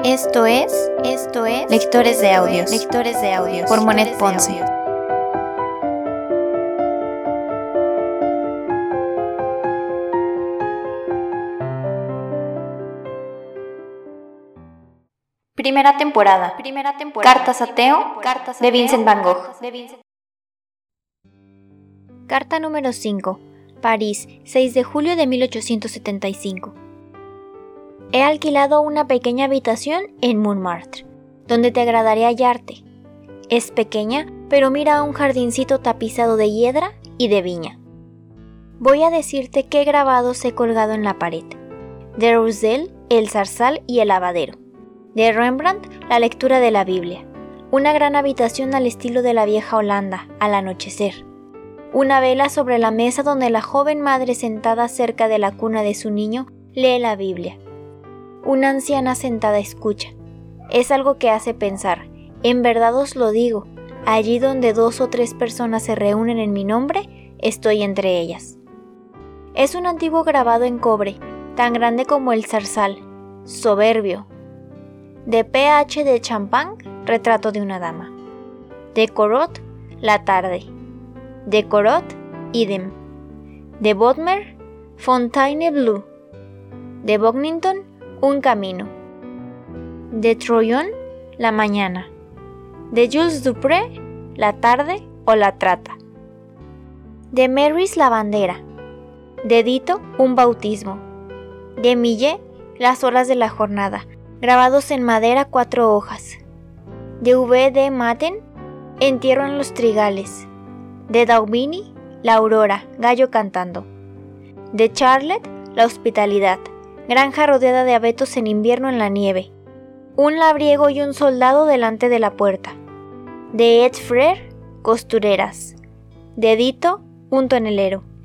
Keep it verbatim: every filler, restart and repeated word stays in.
Esto es, esto es Lectores de Audios, Lectores de Audios por Monet Ponce. Primera temporada. Primera temporada. Cartas a Theo, Cartas a de Vincent Van Gogh. De Vincent. Carta número cinco. París, seis de julio de mil ochocientos setenta y cinco. He alquilado una pequeña habitación en Montmartre, donde te agradaría hallarte. Es pequeña, pero mira a un jardincito tapizado de hiedra y de viña. Voy a decirte qué grabados he colgado en la pared. De Roussel, el zarzal y el lavadero. De Rembrandt, la lectura de la Biblia. Una gran habitación al estilo de la vieja Holanda, al anochecer. Una vela sobre la mesa donde la joven madre sentada cerca de la cuna de su niño lee la Biblia. Una anciana sentada escucha. Es algo que hace pensar. En verdad os lo digo, allí donde dos o tres personas se reúnen en mi nombre, estoy entre ellas. Es un antiguo grabado en cobre, tan grande como el zarzal, soberbio. De P H de Champagne, retrato de una dama. De Corot, la tarde. De Corot, idem. De Bodmer, Fontainebleau. De Bognington, un camino. De Troyon, la mañana. De Jules Dupré, la tarde o la trata. De Meris, la bandera. De Dito, un bautismo. De Millet, las horas de la jornada, grabados en madera cuatro hojas. De V. de Maten, entierro en los trigales. De Daubigny, la aurora, gallo cantando. De Charlotte, la hospitalidad, granja rodeada de abetos en invierno en la nieve. Un labriego y un soldado delante de la puerta. De Ed Frere, costureras. De Dito, un tonelero.